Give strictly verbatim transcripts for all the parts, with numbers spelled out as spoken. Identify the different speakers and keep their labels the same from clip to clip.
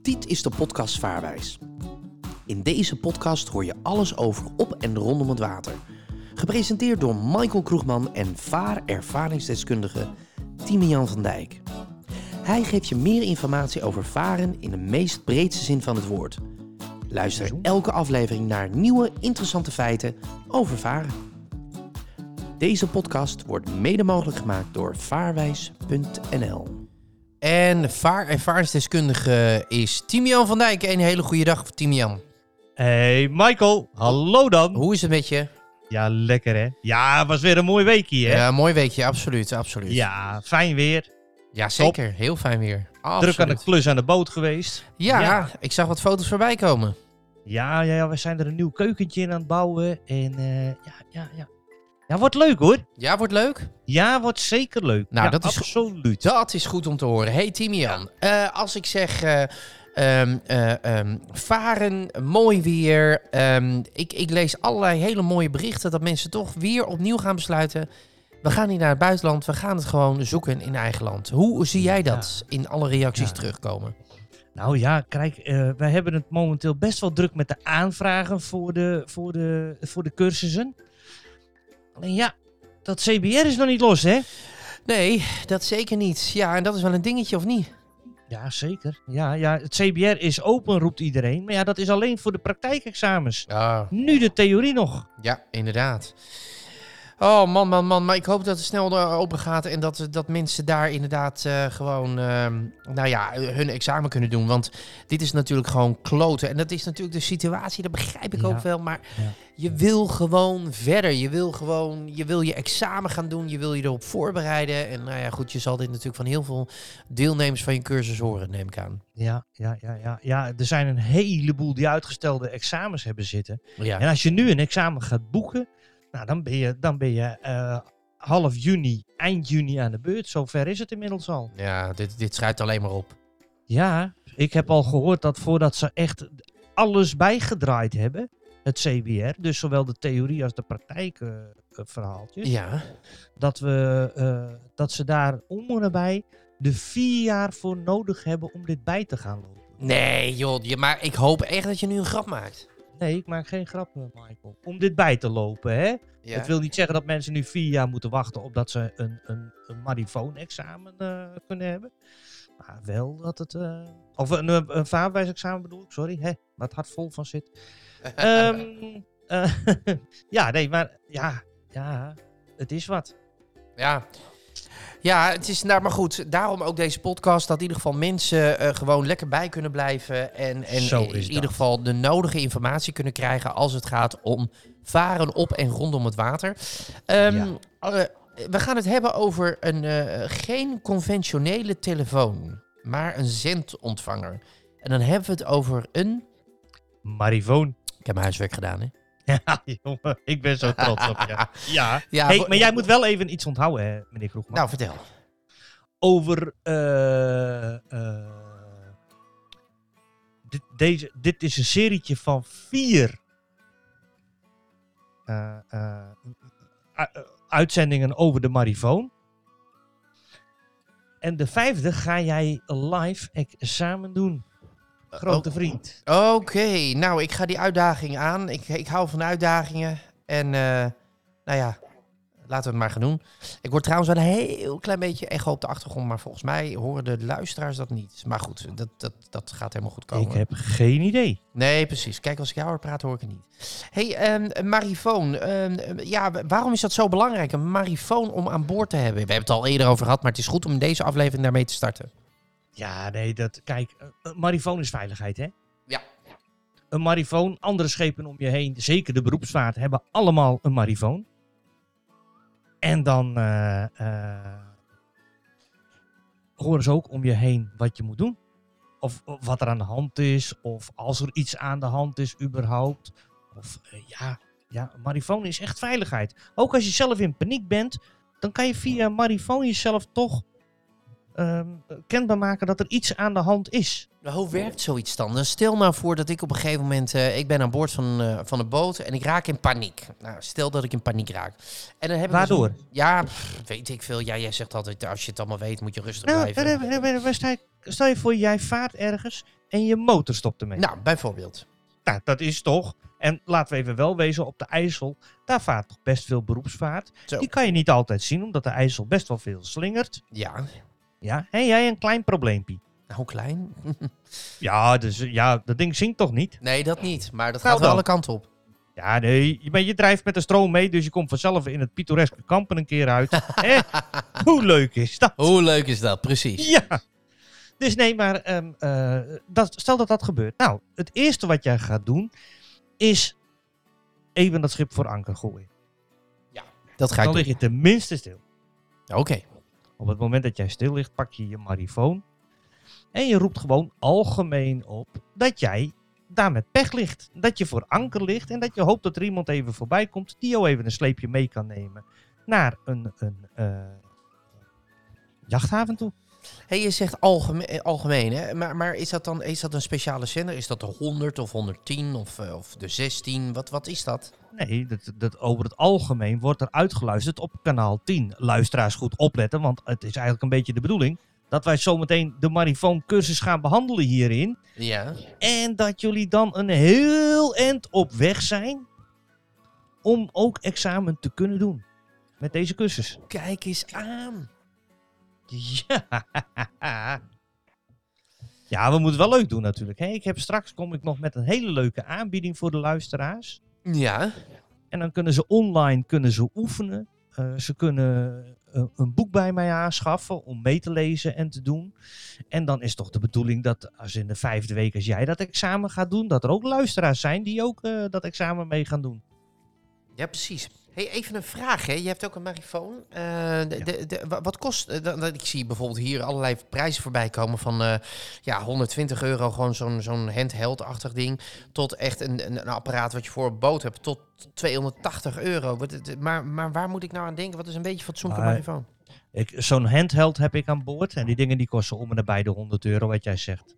Speaker 1: Dit is de podcast Vaarwijs. In deze podcast hoor je alles over op en rondom het water. Gepresenteerd door Michael Kroegman en vaarervaringsdeskundige Timian van Dijk. Hij geeft je meer informatie over varen in de meest breedste zin van het woord. Luister elke aflevering naar nieuwe interessante feiten over varen. Deze podcast wordt mede mogelijk gemaakt door vaarwijs punt n l.
Speaker 2: En vaarervaringsdeskundige is Timian van Dijk. Een hele goede dag, Timian.
Speaker 3: Hey Michael, hallo dan.
Speaker 2: Hoe is het met je?
Speaker 3: Ja, lekker hè. Ja, het was weer een mooi weekje hè.
Speaker 2: Ja, mooi weekje, absoluut, absoluut.
Speaker 3: Ja, fijn weer.
Speaker 2: Ja, zeker. Top. Heel fijn weer. Absoluut.
Speaker 3: Druk aan de klus aan de boot geweest.
Speaker 2: Ja,
Speaker 3: ja,
Speaker 2: ik zag wat foto's voorbij komen.
Speaker 3: Ja, ja, ja, we zijn er een nieuw keukentje in aan het bouwen. En uh, ja, ja, ja. Ja, wordt leuk hoor.
Speaker 2: Ja, wordt leuk?
Speaker 3: Ja, wordt zeker leuk.
Speaker 2: Nou,
Speaker 3: ja,
Speaker 2: dat is
Speaker 3: absoluut.
Speaker 2: Dat is goed om te horen. Hey Timian, ja. uh, als ik zeg uh, um, uh, um, varen, mooi weer. Um, ik, ik lees allerlei hele mooie berichten dat mensen toch weer opnieuw gaan besluiten. We gaan niet naar het buitenland, we gaan het gewoon zoeken in eigen land. Hoe zie jij dat ja. in alle reacties ja. terugkomen?
Speaker 3: Nou ja, kijk, uh, wij hebben het momenteel best wel druk met de aanvragen voor de, voor de, voor de cursussen. Alleen ja, dat C B R is nog niet los, hè?
Speaker 2: Nee, dat zeker niet. Ja, en dat is wel een dingetje, of niet?
Speaker 3: Ja, zeker. Ja, ja, het C B R is open, roept iedereen. Maar ja, dat is alleen voor de praktijkexamens.
Speaker 2: Oh.
Speaker 3: Nu de theorie nog.
Speaker 2: Ja, inderdaad. Oh man, man, man. Maar ik hoop dat het snel open gaat en dat, dat mensen daar inderdaad uh, gewoon uh, nou ja, hun examen kunnen doen. Want dit is natuurlijk gewoon kloten. En dat is natuurlijk de situatie, dat begrijp ik ja. ook wel. Maar ja. je wil gewoon verder. Je wil gewoon, je wil je examen gaan doen. Je wil je erop voorbereiden. En nou ja, goed, je zal dit natuurlijk van heel veel deelnemers van je cursus horen, neem ik aan.
Speaker 3: Ja, ja, ja, ja, ja. Er zijn een heleboel die uitgestelde examens hebben zitten.
Speaker 2: Ja.
Speaker 3: En als je nu een examen gaat boeken, nou, dan ben je, dan ben je uh, half juni, eind juni aan de beurt. Zover is het inmiddels al.
Speaker 2: Ja, dit, dit schrijft alleen maar op.
Speaker 3: Ja, ik heb al gehoord dat voordat ze echt alles bijgedraaid hebben, het C B R, dus zowel de theorie als de praktijkverhaaltjes, uh,
Speaker 2: ja.
Speaker 3: dat, we, uh, dat ze daar om en nabij de vier jaar voor nodig hebben om dit bij te gaan lopen.
Speaker 2: Nee joh, maar ik hoop echt dat je nu een grap maakt.
Speaker 3: Nee, ik maak geen grappen, Michael. Om dit bij te lopen, hè? Ja. Het wil niet zeggen dat mensen nu vier jaar moeten wachten op dat ze een, een, een marifoon-examen uh, kunnen hebben. Maar wel dat het... Uh, of een, een, een vaarwijsexamen bedoel ik, sorry. Hè, waar het hart vol van zit. um, uh, ja, nee, maar ja, ja, het is wat.
Speaker 2: Ja. Ja, het is nou maar goed. Daarom ook deze podcast, dat in ieder geval mensen uh, gewoon lekker bij kunnen blijven. En, en in dat. ieder geval de nodige informatie kunnen krijgen als het gaat om varen op en rondom het water. Um, ja. uh, we gaan het hebben over een uh, geen conventionele telefoon, maar een zendontvanger. En dan hebben we het over een...
Speaker 3: marifoon.
Speaker 2: Ik heb mijn huiswerk gedaan, hè?
Speaker 3: Ja, jongen, ik ben zo trots op je. Ja, ja hey, maar jij moet wel even iets onthouden, hè, meneer Kroegman.
Speaker 2: Nou, vertel.
Speaker 3: Over, uh, uh, dit, deze, dit is een serietje van vier uh, uh, uitzendingen over de marifoon. En de vijfde ga jij live examen doen. Grote oh. vriend.
Speaker 2: Oké, okay. Nou, ik ga die uitdaging aan. Ik, ik hou van uitdagingen. En uh, nou ja, laten we het maar gaan doen. Ik hoor trouwens wel een heel klein beetje echo op de achtergrond. Maar volgens mij horen de luisteraars dat niet. Maar goed, dat, dat, dat gaat helemaal goed komen.
Speaker 3: Ik heb geen idee.
Speaker 2: Nee, precies. Kijk, als ik jou hoor praten, hoor ik het niet. Hey, um, marifoon. Um, ja, waarom is dat zo belangrijk? Een marifoon om aan boord te hebben. We hebben het al eerder over gehad, maar het is goed om in deze aflevering daarmee te starten.
Speaker 3: Ja, nee, dat, kijk, een marifoon is veiligheid, hè?
Speaker 2: Ja.
Speaker 3: Een marifoon, andere schepen om je heen, zeker de beroepsvaart, hebben allemaal een marifoon. En dan uh, uh, horen ze ook om je heen wat je moet doen. Of, of wat er aan de hand is, of als er iets aan de hand is überhaupt. Of uh, ja, ja, een marifoon is echt veiligheid. Ook als je zelf in paniek bent, dan kan je via een marifoon jezelf toch Um, kenbaar maken dat er iets aan de hand is.
Speaker 2: Hoe werkt zoiets dan? dan? Stel nou voor dat ik op een gegeven moment... Uh, ik ben aan boord van, uh, van een boot en ik raak in paniek. Nou, stel dat ik in paniek raak. En dan heb
Speaker 3: Waardoor?
Speaker 2: Ik dus een, ja, pff, weet ik veel. Ja, jij zegt altijd, als je het allemaal weet, moet je rustig
Speaker 3: nou,
Speaker 2: blijven.
Speaker 3: Uh, uh, uh, uh, uh, stel je voor, jij vaart ergens en je motor stopt ermee.
Speaker 2: Nou, bijvoorbeeld.
Speaker 3: Nou, dat is toch... En laten we even wel wezen, op de IJssel, daar vaart toch best veel beroepsvaart.
Speaker 2: Zo.
Speaker 3: Die kan je niet altijd zien, omdat de IJssel best wel veel slingert.
Speaker 2: Ja.
Speaker 3: Ja, en jij een klein probleempje.
Speaker 2: Hoe klein?
Speaker 3: Ja, dus, ja, dat ding zinkt toch niet?
Speaker 2: Nee, dat niet. Maar dat
Speaker 3: Nou
Speaker 2: gaat wel
Speaker 3: dan.
Speaker 2: alle kanten op.
Speaker 3: Ja, nee, je, maar je drijft met de stroom mee, dus je komt vanzelf in het pittoreske kampen een keer uit. Hè? Hoe leuk is dat?
Speaker 2: Hoe leuk is dat? Precies.
Speaker 3: Ja. Dus nee, maar um, uh, dat, stel dat dat gebeurt. Nou, het eerste wat jij gaat doen, is even dat schip voor anker gooien.
Speaker 2: Dat ga ik
Speaker 3: Dan lig
Speaker 2: doen.
Speaker 3: je tenminste stil.
Speaker 2: Oké. Okay.
Speaker 3: Op het moment dat jij stil ligt, pak je je marifoon. En je roept gewoon algemeen op dat jij daar met pech ligt. Dat je voor anker ligt en dat je hoopt dat er iemand even voorbij komt die jou even een sleepje mee kan nemen naar een, een uh, jachthaven toe.
Speaker 2: Hey, je zegt algemeen, algemeen hè? Maar, maar is dat dan is dat een speciale zender? Is dat de honderd of honderdtien of, uh, of de zestien? Wat, wat is dat?
Speaker 3: Nee, dat, dat over het algemeen wordt er uitgeluisterd op kanaal tien. Luisteraars goed opletten, want het is eigenlijk een beetje de bedoeling dat wij zometeen de marifoon cursus gaan behandelen hierin.
Speaker 2: Ja.
Speaker 3: En dat jullie dan een heel eind op weg zijn om ook examen te kunnen doen met deze cursus.
Speaker 2: Kijk eens aan.
Speaker 3: Ja. Ja, we moeten het wel leuk doen natuurlijk. Hè? Ik heb straks kom ik nog met een hele leuke aanbieding voor de luisteraars.
Speaker 2: Ja.
Speaker 3: En dan kunnen ze online kunnen ze oefenen. Uh, ze kunnen uh, een boek bij mij aanschaffen om mee te lezen en te doen. En dan is toch de bedoeling dat als in de vijfde week als jij dat examen gaat doen, dat er ook luisteraars zijn die ook uh, dat examen mee gaan doen.
Speaker 2: Ja, precies. Hey, even een vraag, hè. Je hebt ook een marifoon. Uh, de,
Speaker 3: Ja.
Speaker 2: de, de, wat kost... Uh, de, de, ik zie bijvoorbeeld hier allerlei prijzen voorbij komen van uh, ja, honderdtwintig euro, gewoon zo'n, zo'n handheld-achtig ding, tot echt een, een, een apparaat wat je voor een boot hebt, tot tweehonderdtachtig euro. Wat, maar, maar waar moet ik nou aan denken? Wat is een beetje fatsoenlijke
Speaker 3: Maar-
Speaker 2: marifoon?
Speaker 3: Ik, zo'n handheld heb ik aan boord en die dingen die kosten om en nabij de honderd euro wat jij zegt.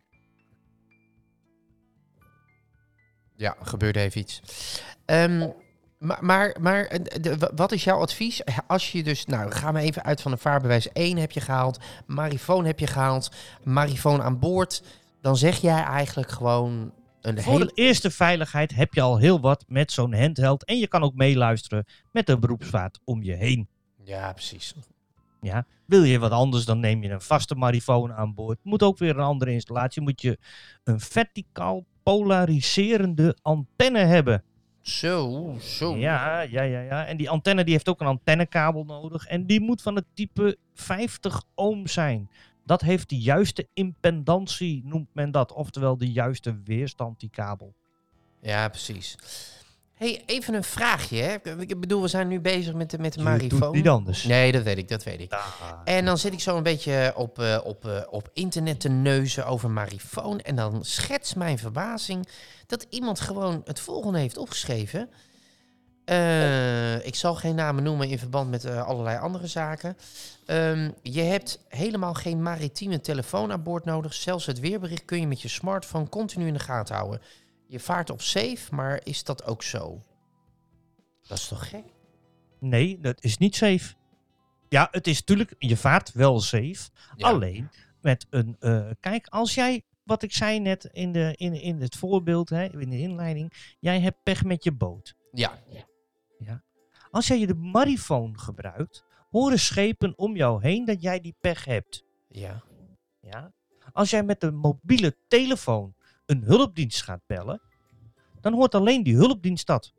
Speaker 2: Ja, gebeurde even iets. Um, maar, maar, maar de, wat is jouw advies? Als je dus, nou, gaan we even uit van een vaarbewijs één heb je gehaald, marifoon heb je gehaald, marifoon aan boord, dan zeg jij eigenlijk gewoon een
Speaker 3: Voor
Speaker 2: hele...
Speaker 3: de eerste veiligheid heb je al heel wat met zo'n handheld en je kan ook meeluisteren met de beroepsvaart om je heen.
Speaker 2: Ja, precies.
Speaker 3: Ja. Wil je wat anders, dan neem je een vaste marifoon aan boord. Moet ook weer een andere installatie. Moet je een verticaal polariserende antenne hebben.
Speaker 2: Zo, zo.
Speaker 3: Ja, ja, ja, ja. En die antenne die heeft ook een antennekabel nodig. En die moet van het type vijftig ohm zijn. Dat heeft de juiste impedantie, noemt men dat. Oftewel de juiste weerstand, die kabel.
Speaker 2: Ja, precies. Hey, even een vraagje, hè. Ik bedoel, we zijn nu bezig met de, met de
Speaker 3: Je
Speaker 2: marifoon.
Speaker 3: doet niet anders.
Speaker 2: Nee, dat weet ik, dat weet ik.
Speaker 3: Ah,
Speaker 2: En dan zit ik zo een beetje op, uh, op, uh, op internet te neuzen over marifoon. En dan schetst mijn verbazing dat iemand gewoon het volgende heeft opgeschreven. Uh, ik zal geen namen noemen in verband met uh, allerlei andere zaken. Um, je hebt helemaal geen maritieme telefoon aan boord nodig. Zelfs het weerbericht kun je met je smartphone continu in de gaten houden. Je vaart op safe, maar is dat ook zo? Dat is toch gek?
Speaker 3: Nee, dat is niet safe. Ja, het is natuurlijk, je vaart wel safe.
Speaker 2: Ja.
Speaker 3: Alleen met een, uh, kijk, als jij, wat ik zei net in, de, in, in het voorbeeld, hè, in de inleiding, jij hebt pech met je boot.
Speaker 2: Ja.
Speaker 3: Ja. Als jij de marifoon gebruikt, horen schepen om jou heen dat jij die pech hebt.
Speaker 2: Ja.
Speaker 3: Ja. Als jij met de mobiele telefoon een hulpdienst gaat bellen, dan hoort alleen die hulpdienst dat.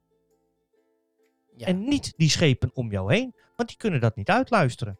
Speaker 2: Ja.
Speaker 3: En niet die schepen om jou heen, want die kunnen dat niet uitluisteren.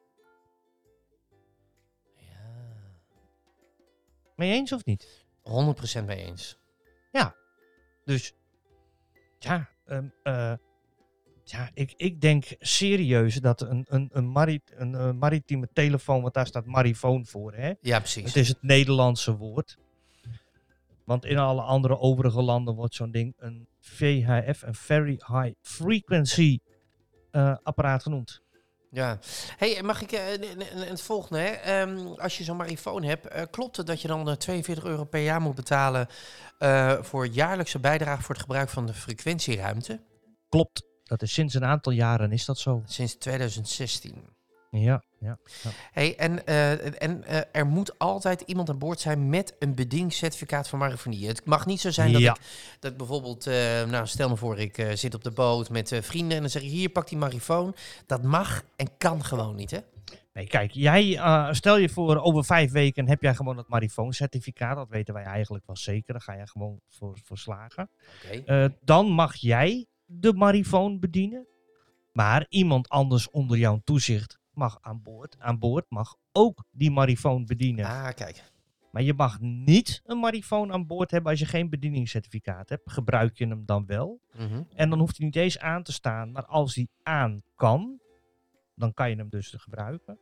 Speaker 2: Ja.
Speaker 3: Mee eens of niet?
Speaker 2: honderd procent mee eens.
Speaker 3: Dus, ja, um, uh, ja ik, ik denk serieus dat een, een, een, marit, een, een maritieme telefoon, want daar staat marifoon voor, hè?
Speaker 2: Ja, precies.
Speaker 3: Het is het Nederlandse woord. Want in alle andere overige landen wordt zo'n ding een V H F, een Very High Frequency uh, apparaat genoemd.
Speaker 2: Ja. Hey, mag ik uh, het volgende? Hè? Um, als je zo'n marifoon hebt, uh, klopt het dat je dan uh, tweeënveertig euro per jaar moet betalen uh, voor jaarlijkse bijdrage voor het gebruik van de frequentieruimte?
Speaker 3: Klopt. Dat is sinds een aantal jaren is dat zo.
Speaker 2: Sinds twintig zestien.
Speaker 3: Ja, ja. ja.
Speaker 2: Hey, en uh, en uh, er moet altijd iemand aan boord zijn met een bedieningscertificaat van marifonie. Het mag niet zo zijn dat
Speaker 3: ja.
Speaker 2: ik dat bijvoorbeeld, uh, nou stel me voor, ik uh, zit op de boot met uh, vrienden en dan zeg je hier, pak die marifoon. Dat mag en kan gewoon niet, hè?
Speaker 3: Nee, kijk, jij, uh, stel je voor, over vijf weken heb jij gewoon het marifooncertificaat. Dat weten wij eigenlijk wel zeker. Daar ga jij gewoon voor, voor slagen.
Speaker 2: Okay.
Speaker 3: Uh, dan mag jij de marifoon bedienen. Maar iemand anders onder jouw toezicht mag aan boord, aan boord mag ook die marifoon bedienen.
Speaker 2: Ah, kijk.
Speaker 3: Maar je mag niet een marifoon aan boord hebben als je geen bedieningscertificaat hebt. Gebruik je hem dan wel.
Speaker 2: Mm-hmm.
Speaker 3: En dan hoeft hij niet eens aan te staan. Maar als hij aan kan, dan kan je hem dus gebruiken.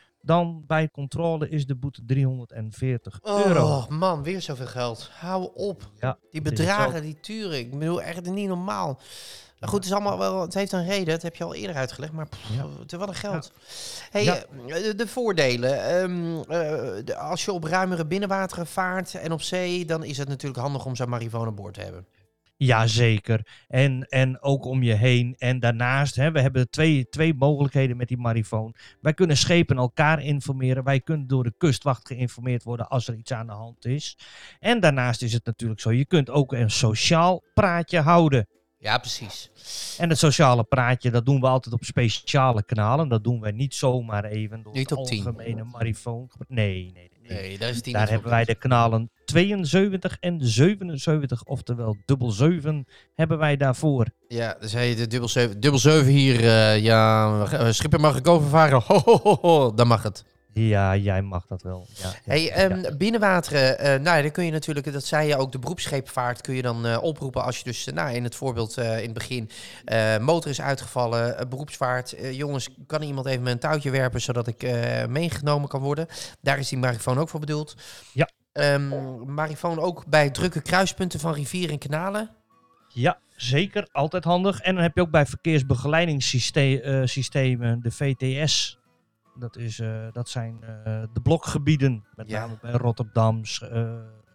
Speaker 3: Dan bij controle is de boete driehonderdveertig euro.
Speaker 2: Oh man, weer zoveel geld. Hou op.
Speaker 3: Ja,
Speaker 2: die bedragen, die turen. Ik bedoel, echt niet normaal. Maar goed, het, is allemaal wel, het heeft een reden. Dat heb je al eerder uitgelegd. Maar pff, ja. wat een geld. Ja. Hey, ja. de, de voordelen. Um, uh, de, als je op ruimere binnenwateren vaart en op zee, dan is het natuurlijk handig om zo'n marifoon aan boord te hebben.
Speaker 3: Jazeker. En, en ook om je heen. En daarnaast, hè, we hebben twee, twee mogelijkheden met die marifoon. Wij kunnen schepen elkaar informeren. Wij kunnen door de kustwacht geïnformeerd worden als er iets aan de hand is. En daarnaast is het natuurlijk zo, je kunt ook een sociaal praatje houden.
Speaker 2: Ja, precies.
Speaker 3: En het sociale praatje, dat doen we altijd op speciale kanalen. Dat doen wij niet zomaar even door
Speaker 2: niet
Speaker 3: het
Speaker 2: op
Speaker 3: algemene marifoon. Nee, nee, nee.
Speaker 2: Nee, daar is die
Speaker 3: Daar hebben wij de kanalen tweeënzeventig en zevenenzeventig, oftewel dubbel zeven, hebben wij daarvoor.
Speaker 2: Ja, dus hij de dubbel zeven, dubbel zeven hier, uh, ja, Schipper mag ik overvaren, ho, ho, ho, ho, dan mag het.
Speaker 3: Ja, jij mag dat wel. Ja, ja,
Speaker 2: hey, um,
Speaker 3: ja.
Speaker 2: binnenwateren, uh, nou, dan kun je natuurlijk, dat zei je ook, de beroepsscheepvaart kun je dan uh, oproepen als je dus, uh, nou, in het voorbeeld uh, in het begin, uh, motor is uitgevallen, uh, beroepsvaart, uh, jongens, kan iemand even met een touwtje werpen, zodat ik uh, meegenomen kan worden. Daar is die marifoon ook voor bedoeld.
Speaker 3: Ja.
Speaker 2: Um, marifoon ook bij drukke kruispunten van rivieren en kanalen.
Speaker 3: Ja, zeker. Altijd handig. En dan heb je ook bij verkeersbegeleidingssystemen, uh, de V T S. Dat, is, uh, dat zijn uh, de blokgebieden, met
Speaker 2: ja.
Speaker 3: name bij Rotterdam, uh,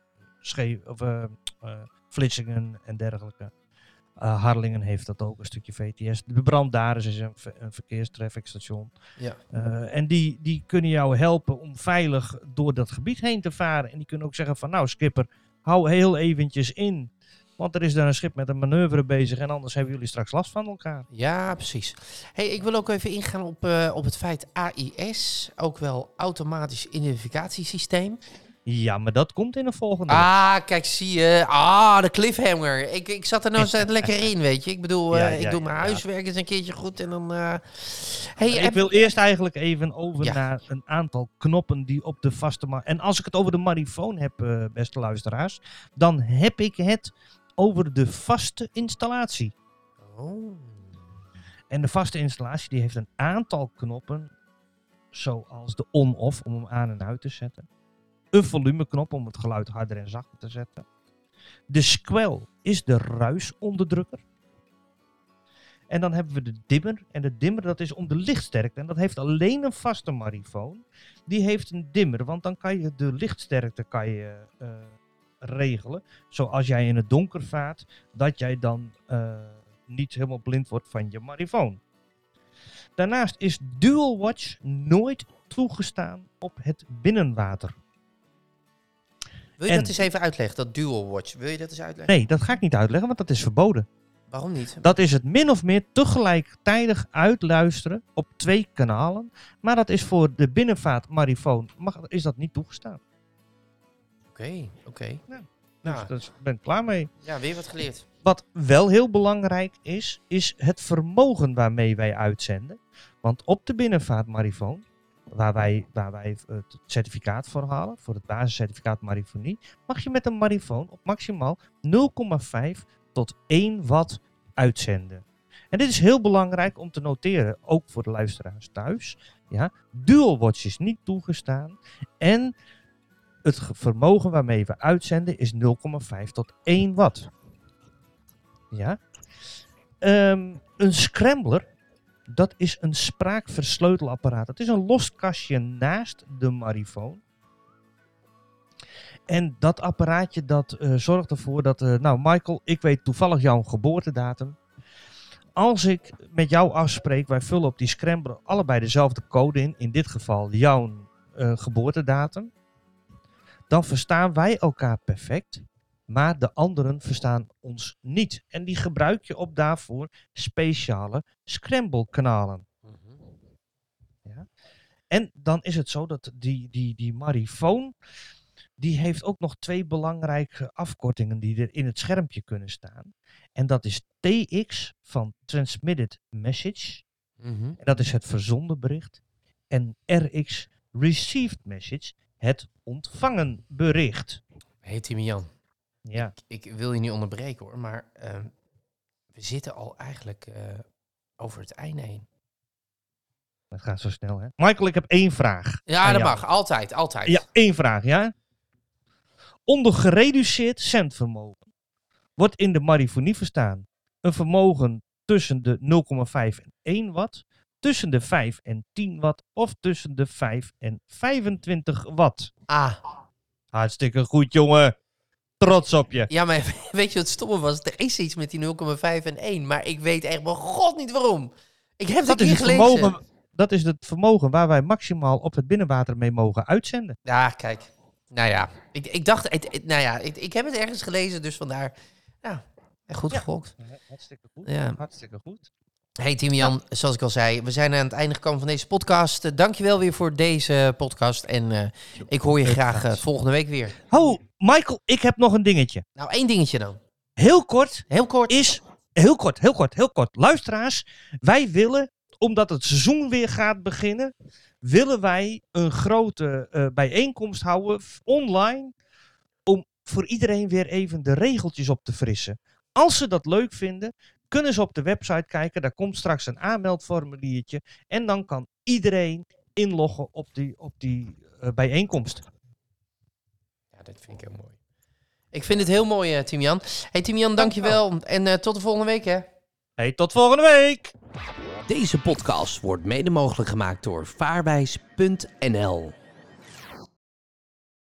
Speaker 3: Schee- of, uh, uh, Vlissingen en dergelijke. Uh, Harlingen heeft dat ook, een stukje V T S. De Brandaris is een, v- een verkeerstrafficstation.
Speaker 2: Ja.
Speaker 3: Uh, en die, die kunnen jou helpen om veilig door dat gebied heen te varen. En die kunnen ook zeggen van, nou skipper, hou heel eventjes in. Want er is daar een schip met een manoeuvre bezig en anders hebben jullie straks last van elkaar.
Speaker 2: Ja, precies. Hey, ik wil ook even ingaan op, uh, op het feit A I S, ook wel automatisch identificatiesysteem.
Speaker 3: Ja, maar dat komt in de volgende.
Speaker 2: Ah, kijk, zie je. Ah, de cliffhanger. Ik, ik zat er nou eens lekker in, weet je. Ik bedoel, uh, ja, ja, ik doe mijn ja, huiswerk eens een keertje goed en dan... Uh... Hey,
Speaker 3: ik
Speaker 2: heb...
Speaker 3: wil eerst eigenlijk even over
Speaker 2: ja.
Speaker 3: naar een aantal knoppen die op de vaste... Ma- en als ik het over de marifoon heb, uh, beste luisteraars, dan heb ik het over de vaste installatie.
Speaker 2: Oh.
Speaker 3: En de vaste installatie die heeft een aantal knoppen, zoals de on-off om hem aan en uit te zetten. Een volumeknop om het geluid harder en zachter te zetten. De squel is de ruisonderdrukker. En dan hebben we de dimmer. En de dimmer dat is om de lichtsterkte. En dat heeft alleen een vaste marifoon. Die heeft een dimmer, want dan kan je de lichtsterkte kan je, uh, regelen. Zoals jij in het donker vaart, dat jij dan uh, niet helemaal blind wordt van je marifoon. Daarnaast is dual watch nooit toegestaan op het binnenwater.
Speaker 2: Wil je
Speaker 3: en,
Speaker 2: dat eens even uitleggen, dat dual watch? Wil je dat eens uitleggen?
Speaker 3: Nee, dat ga ik niet uitleggen, want dat is verboden.
Speaker 2: Waarom niet?
Speaker 3: Dat is het min of meer tegelijkertijd uitluisteren op twee kanalen. Maar dat is voor de binnenvaart marifoon, mag, is dat niet toegestaan.
Speaker 2: Oké, okay, oké. Okay.
Speaker 3: Ja, dus ja. Daar ben ik klaar mee.
Speaker 2: Ja, weer wat geleerd.
Speaker 3: Wat wel heel belangrijk is, is het vermogen waarmee wij uitzenden. Want op de binnenvaart marifoon, waar wij, waar wij het certificaat voor halen, voor het basiscertificaat marifonie, mag je met een marifoon op maximaal nul komma vijf tot één watt uitzenden. En dit is heel belangrijk om te noteren, ook voor de luisteraars thuis. Ja, dual watch is niet toegestaan en het vermogen waarmee we uitzenden is nul komma vijf tot één watt. Ja. Um, een scrambler, dat is een spraakversleutelapparaat. Het is een los kastje naast de marifoon. En dat apparaatje dat uh, zorgt ervoor dat... Uh, nou Michael, ik weet toevallig jouw geboortedatum. als ik met jou afspreek, wij vullen op die scrambler allebei dezelfde code in. In dit geval jouw uh, geboortedatum. Dan verstaan wij elkaar perfect. Maar de anderen verstaan ons niet. En die gebruik je op daarvoor speciale scramble-kanalen. Mm-hmm. Ja. En dan is het zo dat die, die, die marifoon, die heeft ook nog twee belangrijke afkortingen die er in het schermpje kunnen staan. En dat is T X van Transmitted Message. Mm-hmm. En dat is het verzonden bericht. En R X Received Message, het ontvangen bericht.
Speaker 2: Hey Timian.
Speaker 3: Ja.
Speaker 2: Ik, ik wil je niet onderbreken hoor, maar uh, we zitten al eigenlijk uh, over het einde heen.
Speaker 3: Dat gaat zo snel, hè? Michael, ik heb één vraag.
Speaker 2: Ja, dat jou. mag. Altijd, altijd.
Speaker 3: Ja, één vraag, ja? Onder gereduceerd zendvermogen wordt in de marifonie verstaan een vermogen tussen de nul komma vijf en één watt, tussen de vijf en tien watt of tussen de vijf en vijfentwintig watt.
Speaker 2: Ah.
Speaker 3: Hartstikke goed, jongen. Trots op je.
Speaker 2: Ja, maar weet je wat stomme was? Er is iets met die nul komma vijf en één, maar ik weet echt bij god niet waarom. Ik heb dat niet gelezen.
Speaker 3: Vermogen, dat is het vermogen waar wij maximaal op het binnenwater mee mogen uitzenden.
Speaker 2: Ja, kijk. Nou ja, ik, ik dacht, het, het, nou ja, ik, ik heb het ergens gelezen, dus vandaar, ja, goed
Speaker 3: ja.
Speaker 2: gegokt.
Speaker 3: Hartstikke goed.
Speaker 2: Ja.
Speaker 3: Hartstikke goed.
Speaker 2: Hey Timian, ja. Zoals ik al zei, we zijn aan het einde gekomen van deze podcast. Uh, dankjewel weer voor deze podcast en uh, ik hoor je graag uh, volgende week weer.
Speaker 3: Oh, Michael, ik heb nog een dingetje.
Speaker 2: Nou, één dingetje dan.
Speaker 3: Heel kort.
Speaker 2: Heel kort.
Speaker 3: Is, heel kort, heel kort, heel kort. Luisteraars, wij willen, omdat het seizoen weer gaat beginnen, willen wij een grote uh, bijeenkomst houden online om voor iedereen weer even de regeltjes op te frissen. Als ze dat leuk vinden, kunnen ze op de website kijken. Daar komt straks een aanmeldformuliertje. En dan kan iedereen inloggen op die, op die uh, bijeenkomst.
Speaker 2: Ja, dat vind ik heel mooi. Ik vind het heel mooi, uh, Timian. Hey Timian, dankjewel. Oh. En uh, tot de volgende week, hè.
Speaker 3: Hey, tot volgende week.
Speaker 1: Deze podcast wordt mede mogelijk gemaakt door vaarwijs punt n l.